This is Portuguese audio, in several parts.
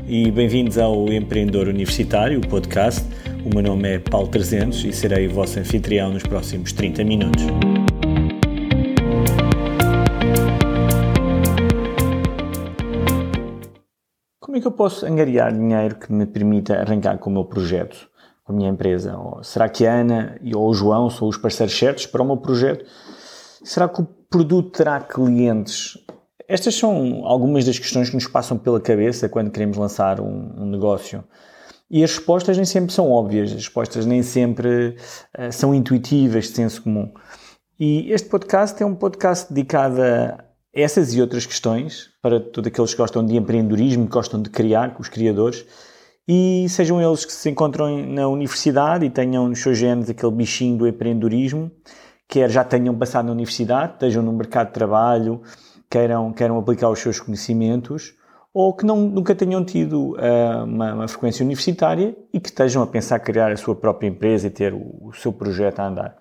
e bem-vindos ao Empreendedor Universitário, o podcast. O meu nome é Paulo 300 e serei o vosso anfitrião nos próximos 30 minutos. Como é que eu posso angariar dinheiro que me permita arrancar com o meu projeto, com a minha empresa? Ou será que a Ana ou o João são os parceiros certos para o meu projeto? Será que o produto terá clientes? Estas são algumas das questões que nos passam pela cabeça quando queremos lançar um negócio. E as respostas nem sempre são óbvias, as respostas nem sempre são intuitivas, de senso comum. E este podcast é um podcast dedicado a essas e outras questões, para todos aqueles que gostam de empreendedorismo, que gostam de criar, os criadores, e sejam eles que se encontram na universidade e tenham nos seus genes aquele bichinho do empreendedorismo, quer já tenham passado na universidade, estejam no mercado de trabalho, queiram aplicar os seus conhecimentos, ou que nunca tenham tido uma frequência universitária e que estejam a pensar criar a sua própria empresa e ter o seu projeto a andar.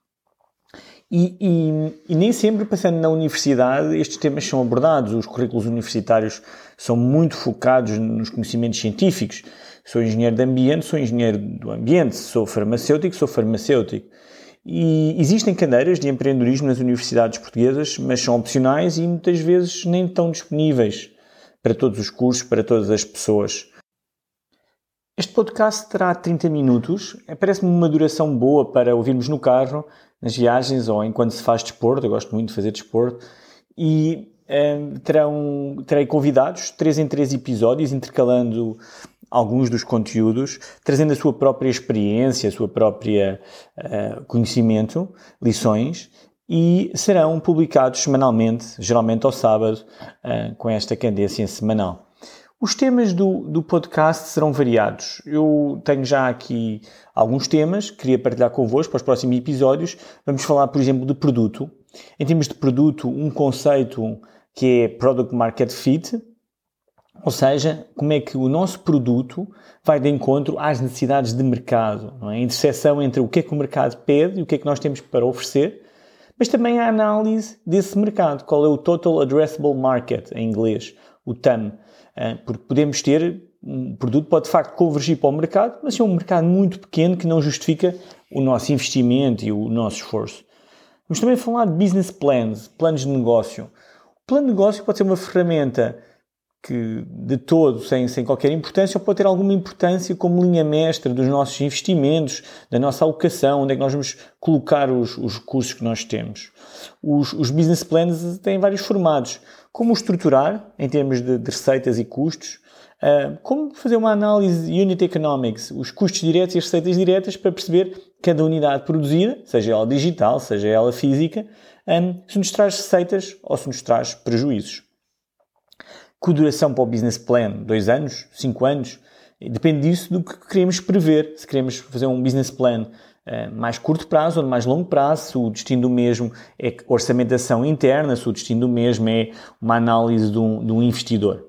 E nem sempre, passando na universidade, estes temas são abordados. Os currículos universitários são muito focados nos conhecimentos científicos. Sou engenheiro de ambiente, sou engenheiro do ambiente. Sou farmacêutico, sou farmacêutico. E existem cadeiras de empreendedorismo nas universidades portuguesas, mas são opcionais e muitas vezes nem tão disponíveis para todos os cursos, para todas as pessoas. Este podcast terá 30 minutos. Parece-me uma duração boa para ouvirmos no carro, nas viagens ou enquanto se faz desporto. Eu gosto muito de fazer desporto. E terei convidados, 3 em 3 episódios, intercalando alguns dos conteúdos, trazendo a sua própria experiência, a sua própria conhecimento, lições, e serão publicados semanalmente, geralmente ao sábado, com esta cadência semanal. Os temas do podcast serão variados. Eu tenho já aqui alguns temas que queria partilhar convosco para os próximos episódios. Vamos falar, por exemplo, de produto. Em termos de produto, um conceito que é Product Market Fit, ou seja, como é que o nosso produto vai de encontro às necessidades de mercado, não é? A interseção entre o que é que o mercado pede e o que é que nós temos para oferecer, mas também a análise desse mercado. Qual é o Total Addressable Market, em inglês, o TAM? Porque podemos ter, um produto pode de facto convergir para o mercado, mas é um mercado muito pequeno que não justifica o nosso investimento e o nosso esforço. Vamos também falar de business plans, planos de negócio. O plano de negócio pode ser uma ferramenta que de todo, sem qualquer importância, ou pode ter alguma importância como linha mestra dos nossos investimentos, da nossa alocação, onde é que nós vamos colocar os recursos que nós temos. Os business plans têm vários formatos. Como estruturar, em termos de receitas e custos, como fazer uma análise unit economics, os custos diretos e as receitas diretas, para perceber cada unidade produzida, seja ela digital, seja ela física, se nos traz receitas ou se nos traz prejuízos. Que duração para o business plan? 2 anos? 5 anos? Depende disso do que queremos prever. Se queremos fazer um business plan mais curto prazo ou de mais longo prazo, se o destino do mesmo é orçamentação interna, se o destino do mesmo é uma análise de um investidor.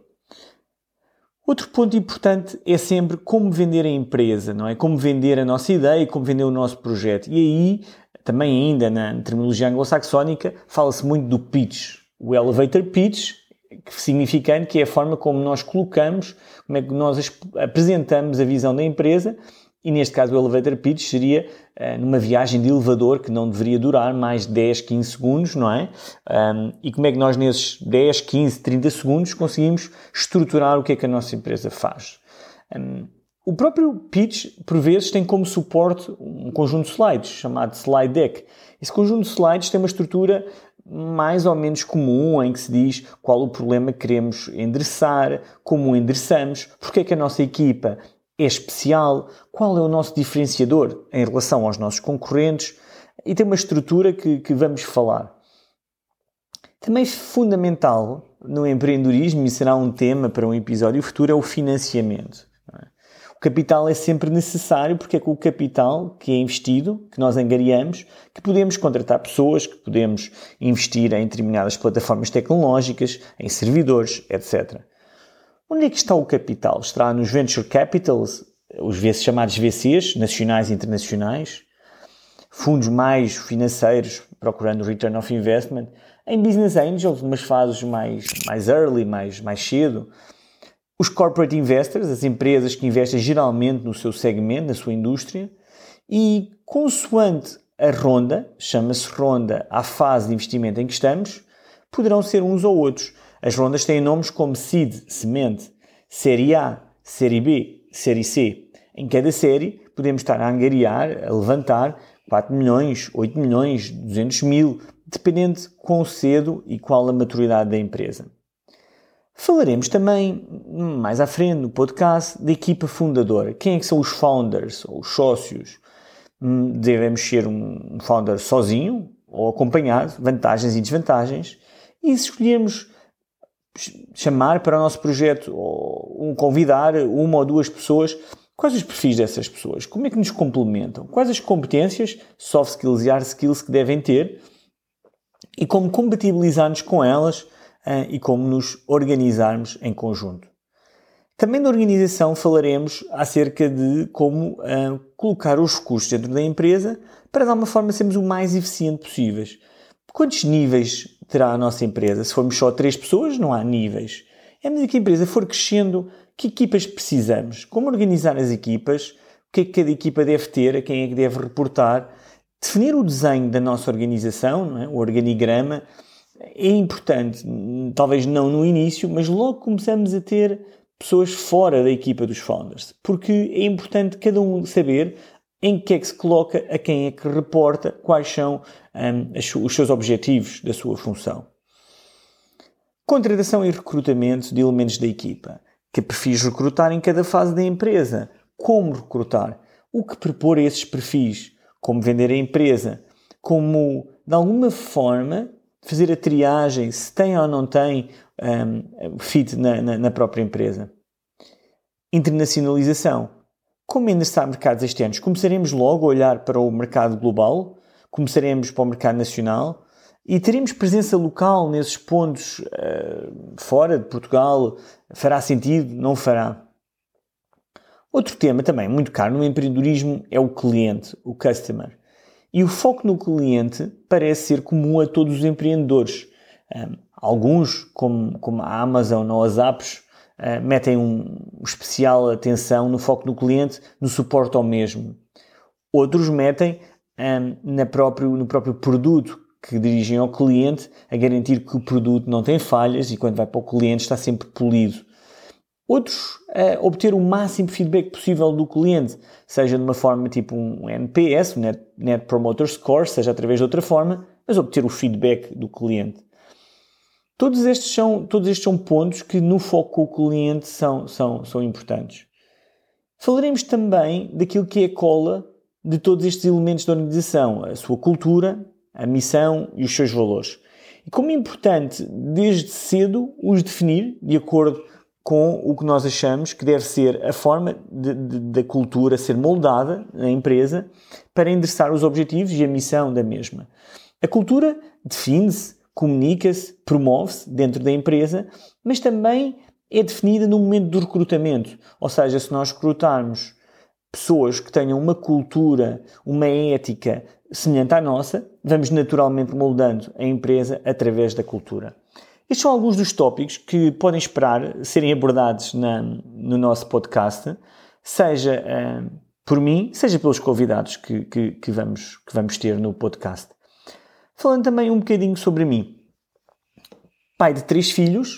Outro ponto importante é sempre como vender a empresa, não é? Como vender a nossa ideia, como vender o nosso projeto. E aí, também ainda na terminologia anglo-saxónica, fala-se muito do pitch. O elevator pitch, significando que é a forma como nós colocamos, como é que nós apresentamos a visão da empresa, e neste caso o elevator pitch seria numa viagem de elevador que não deveria durar mais de 10, 15 segundos, não é? E como é que nós nesses 10, 15, 30 segundos conseguimos estruturar o que é que a nossa empresa faz. O próprio pitch, por vezes, tem como suporte um conjunto de slides, chamado slide deck. Esse conjunto de slides tem uma estrutura mais ou menos comum, em que se diz qual o problema que queremos endereçar, como o endereçamos, porque é que a nossa equipa é especial, qual é o nosso diferenciador em relação aos nossos concorrentes, e tem uma estrutura que vamos falar. Também fundamental no empreendedorismo, e será um tema para um episódio futuro, é o financiamento. O capital é sempre necessário, porque é com o capital que é investido, que nós angariamos, que podemos contratar pessoas, que podemos investir em determinadas plataformas tecnológicas, em servidores, etc. Onde é que está o capital? Estará nos venture capitals, os chamados VCs, nacionais e internacionais, fundos mais financeiros procurando return of investment, em business angels, umas fases mais early, mais cedo. Os corporate investors, as empresas que investem geralmente no seu segmento, na sua indústria, e consoante a ronda, chama-se ronda à fase de investimento em que estamos, poderão ser uns ou outros. As rondas têm nomes como seed, semente, série A, série B, série C. Em cada série podemos estar a angariar, a levantar 4 milhões, 8 milhões, 200 mil, dependendo de quão cedo e qual a maturidade da empresa. Falaremos também, mais à frente no podcast, da equipa fundadora. Quem é que são os founders ou os sócios? Devemos ser um founder sozinho ou acompanhado, vantagens e desvantagens. E se escolhermos chamar para o nosso projeto ou convidar uma ou duas pessoas, quais os perfis dessas pessoas? Como é que nos complementam? Quais as competências, soft skills e hard skills que devem ter? E como compatibilizar-nos com elas e como nos organizarmos em conjunto. Também na organização falaremos acerca de como colocar os recursos dentro da empresa para, de alguma forma, sermos o mais eficiente possíveis. Quantos níveis terá a nossa empresa? Se formos só 3 pessoas, não há níveis. À medida que a empresa for crescendo, que equipas precisamos? Como organizar as equipas? O que é que cada equipa deve ter? A quem é que deve reportar? Definir o desenho da nossa organização, não é? O organigrama, é importante. Talvez não no início, mas logo começamos a ter pessoas fora da equipa dos founders. Porque é importante cada um saber em que é que se coloca, a quem é que reporta, quais são os seus objetivos da sua função. Contratação e recrutamento de elementos da equipa. Que perfis recrutar em cada fase da empresa? Como recrutar? O que propor a esses perfis? Como vender a empresa? Como, de alguma forma, fazer a triagem se tem ou não tem fit na própria empresa. Internacionalização. Como endereçar mercados externos? Começaremos logo a olhar para o mercado global? Começaremos para o mercado nacional? E teremos presença local nesses pontos fora de Portugal? Fará sentido? Não fará? Outro tema também muito caro no empreendedorismo é o cliente, o customer. E o foco no cliente parece ser comum a todos os empreendedores. Alguns, como a Amazon ou as apps, metem especial atenção no foco no cliente, no suporte ao mesmo. Outros metem no próprio produto que dirigem ao cliente, a garantir que o produto não tem falhas e quando vai para o cliente está sempre polido. Outros, obter o máximo feedback possível do cliente, seja de uma forma tipo um NPS, um Net Promoter Score, seja através de outra forma, mas obter o feedback do cliente. Todos estes são pontos que no foco com o cliente são importantes. Falaremos também daquilo que é a cola de todos estes elementos da organização, a sua cultura, a missão e os seus valores. E como é importante, desde cedo, os definir de acordo com o que nós achamos que deve ser a forma da cultura ser moldada na empresa para endereçar os objetivos e a missão da mesma. A cultura define-se, comunica-se, promove-se dentro da empresa, mas também é definida no momento do recrutamento. Ou seja, se nós recrutarmos pessoas que tenham uma cultura, uma ética semelhante à nossa, vamos naturalmente moldando a empresa através da cultura. Estes são alguns dos tópicos que podem esperar serem abordados no nosso podcast, seja por mim, seja pelos convidados que vamos ter no podcast. Falando também um bocadinho sobre mim. Pai de 3 filhos,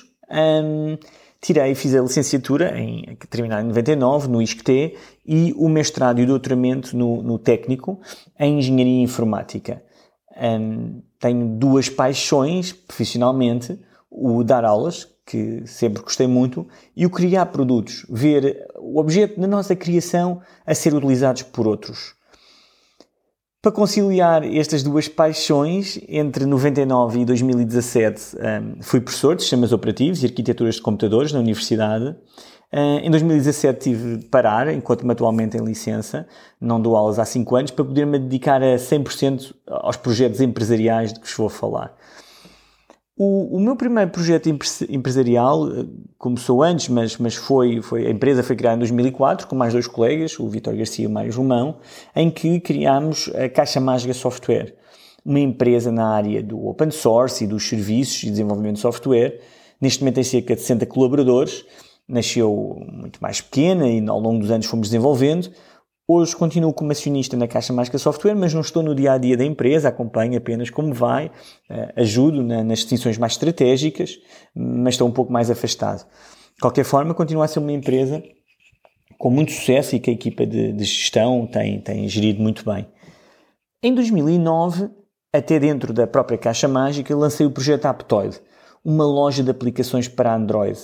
fiz a licenciatura, terminada em 99, no ISCTE, e o mestrado e o doutoramento no técnico, em Engenharia Informática. Tenho 2 paixões, profissionalmente, o dar aulas, que sempre gostei muito, e o criar produtos, ver o objeto da nossa criação a ser utilizados por outros. Para conciliar estas 2 paixões, entre 99 e 2017 fui professor de sistemas operativos e arquiteturas de computadores na universidade. Em 2017 tive de parar, enquanto-me atualmente em licença, não dou aulas há 5 anos, para poder-me dedicar a 100% aos projetos empresariais de que vos vou falar. O meu primeiro projeto empresarial começou antes, mas a empresa foi criada em 2004 com mais 2 colegas, o Vítor Garcia e o Mário Romão, em que criámos a Caixa Mágica Software, uma empresa na área do open source e dos serviços e desenvolvimento de software. Neste momento tem cerca de 60 colaboradores nasceu muito mais pequena e ao longo dos anos fomos desenvolvendo. Hoje continuo como acionista na Caixa Mágica Software, mas não estou no dia-a-dia da empresa, acompanho apenas como vai, ajudo nas decisões mais estratégicas, mas estou um pouco mais afastado. De qualquer forma, continua a ser uma empresa com muito sucesso e que a equipa de gestão tem gerido muito bem. Em 2009, até dentro da própria Caixa Mágica, lancei o projeto Aptoide, uma loja de aplicações para Android.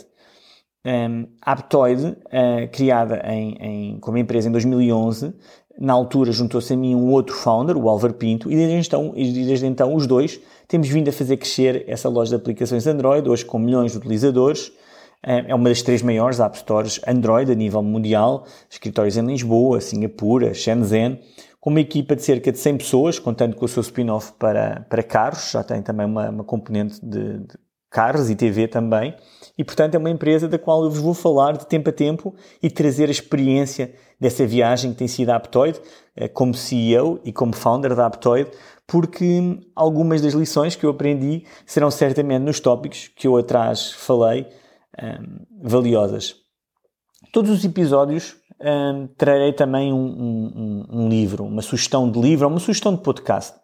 A Aptoide, criada como empresa em 2011, na altura juntou-se a mim um outro founder, o Álvaro Pinto, e desde então os dois temos vindo a fazer crescer essa loja de aplicações Android, hoje com milhões de utilizadores. É uma das 3 maiores App Stores Android a nível mundial, escritórios em Lisboa, Singapura, Shenzhen, com uma equipa de cerca de 100 pessoas, contando com o seu spin-off para carros, já tem também uma componente de carros e TV também, e portanto é uma empresa da qual eu vos vou falar de tempo a tempo e trazer a experiência dessa viagem que tem sido a Aptoide, como CEO e como founder da Aptoide, porque algumas das lições que eu aprendi serão certamente nos tópicos que eu atrás falei, valiosas. Todos os episódios trarei também um livro, uma sugestão de livro, uma sugestão de podcast.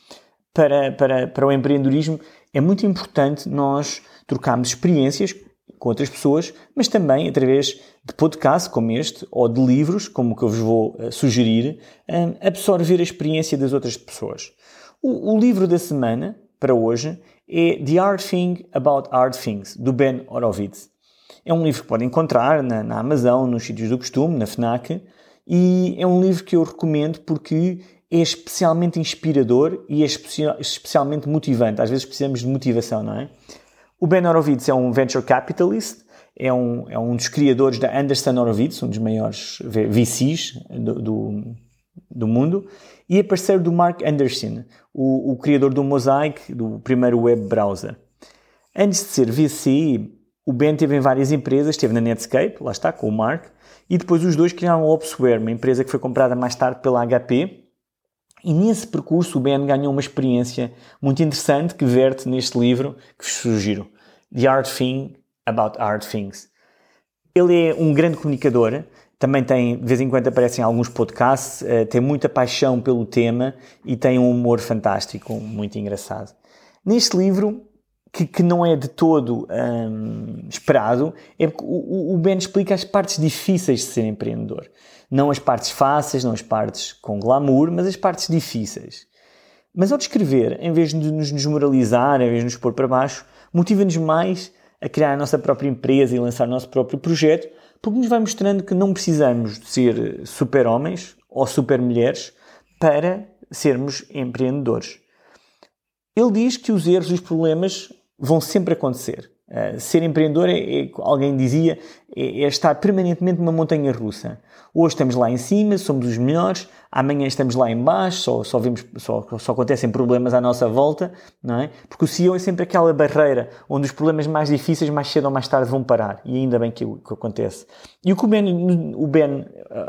Para o empreendedorismo é muito importante nós trocarmos experiências com outras pessoas, mas também através de podcasts como este, ou de livros, como o que eu vos vou sugerir, absorver a experiência das outras pessoas. O livro da semana, para hoje, é The Hard Thing About Hard Things, do Ben Horowitz. É um livro que podem encontrar na Amazon, nos sítios do costume, na FNAC, e é um livro que eu recomendo porque é especialmente inspirador e é especialmente motivante. Às vezes precisamos de motivação, não é? O Ben Horowitz é um venture capitalist, é um dos criadores da Andreessen Horowitz, um dos maiores VCs do mundo, e é parceiro do Mark Anderson, o criador do Mosaic, do primeiro web browser. Antes de ser VC, o Ben esteve em várias empresas, esteve na Netscape, lá está, com o Mark, e depois os dois criaram a Opsware, uma empresa que foi comprada mais tarde pela HP, e nesse percurso o Ben ganhou uma experiência muito interessante que verte neste livro que vos sugiro, The Hard Thing About Hard Things. Ele é um grande comunicador, também tem, de vez em quando aparecem alguns podcasts, tem muita paixão pelo tema e tem um humor fantástico, muito engraçado. Neste livro, que não é de todo esperado, é porque o Ben explica as partes difíceis de ser empreendedor. Não as partes fáceis, não as partes com glamour, mas as partes difíceis. Mas ao descrever, em vez de nos desmoralizar, em vez de nos pôr para baixo, motiva-nos mais a criar a nossa própria empresa e lançar o nosso próprio projeto, porque nos vai mostrando que não precisamos de ser super-homens ou super-mulheres para sermos empreendedores. Ele diz que os erros e os problemas vão sempre acontecer. Ser empreendedor alguém dizia, é estar permanentemente numa montanha russa. Hoje estamos lá em cima, somos os melhores, amanhã estamos lá em baixo, só acontecem problemas à nossa volta, não é? Porque o CEO é sempre aquela barreira onde os problemas mais difíceis, mais cedo ou mais tarde, vão parar. E ainda bem que acontece. E o que o Ben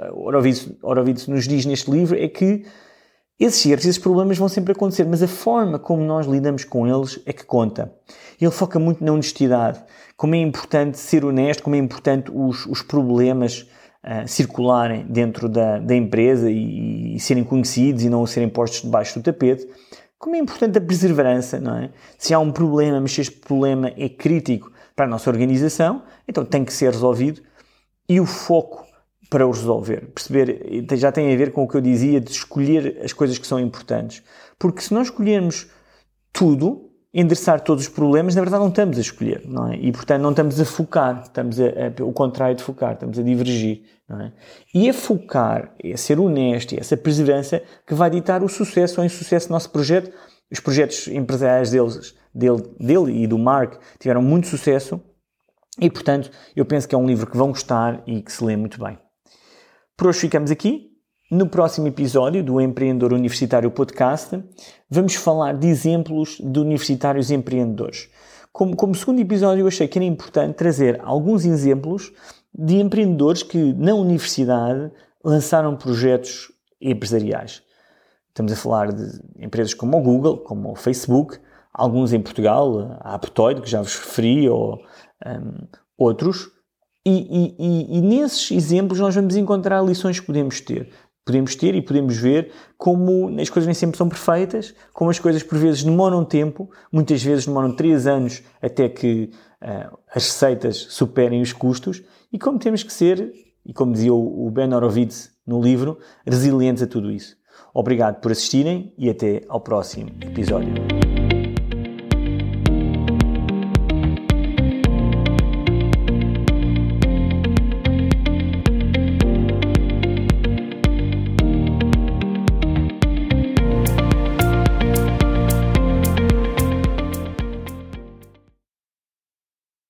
Horowitz nos diz neste livro é que esses erros e esses problemas vão sempre acontecer, mas a forma como nós lidamos com eles é que conta. Ele foca muito na honestidade, como é importante ser honesto, como é importante os problemas circularem dentro da empresa e serem conhecidos e não serem postos debaixo do tapete. Como é importante a perseverança, não é? Se há um problema, mas se este problema é crítico para a nossa organização, então tem que ser resolvido. E o foco para o resolver. Perceber, já tem a ver com o que eu dizia de escolher as coisas que são importantes. Porque se nós escolhermos tudo, endereçar todos os problemas, na verdade não estamos a escolher, não é? E, portanto, não estamos a focar, estamos o contrário de focar, estamos a divergir, não é? E é focar, é ser honesto, é essa perseverança que vai ditar o sucesso ou insucesso do nosso projeto. Os projetos empresariais dele e do Mark tiveram muito sucesso e, portanto, eu penso que é um livro que vão gostar e que se lê muito bem. Por hoje ficamos aqui. No próximo episódio do Empreendedor Universitário Podcast, vamos falar de exemplos de universitários empreendedores. Como segundo episódio, eu achei que era importante trazer alguns exemplos de empreendedores que, na universidade, lançaram projetos empresariais. Estamos a falar de empresas como o Google, como o Facebook, alguns em Portugal, a Aptoide, que já vos referi, ou outros. E nesses exemplos nós vamos encontrar lições que podemos ter. Podemos ter e podemos ver como as coisas nem sempre são perfeitas, como as coisas por vezes demoram tempo, muitas vezes demoram 3 anos até que as receitas superem os custos, e como temos que ser, e como dizia o Ben Horowitz no livro, resilientes a tudo isso. Obrigado por assistirem e até ao próximo episódio.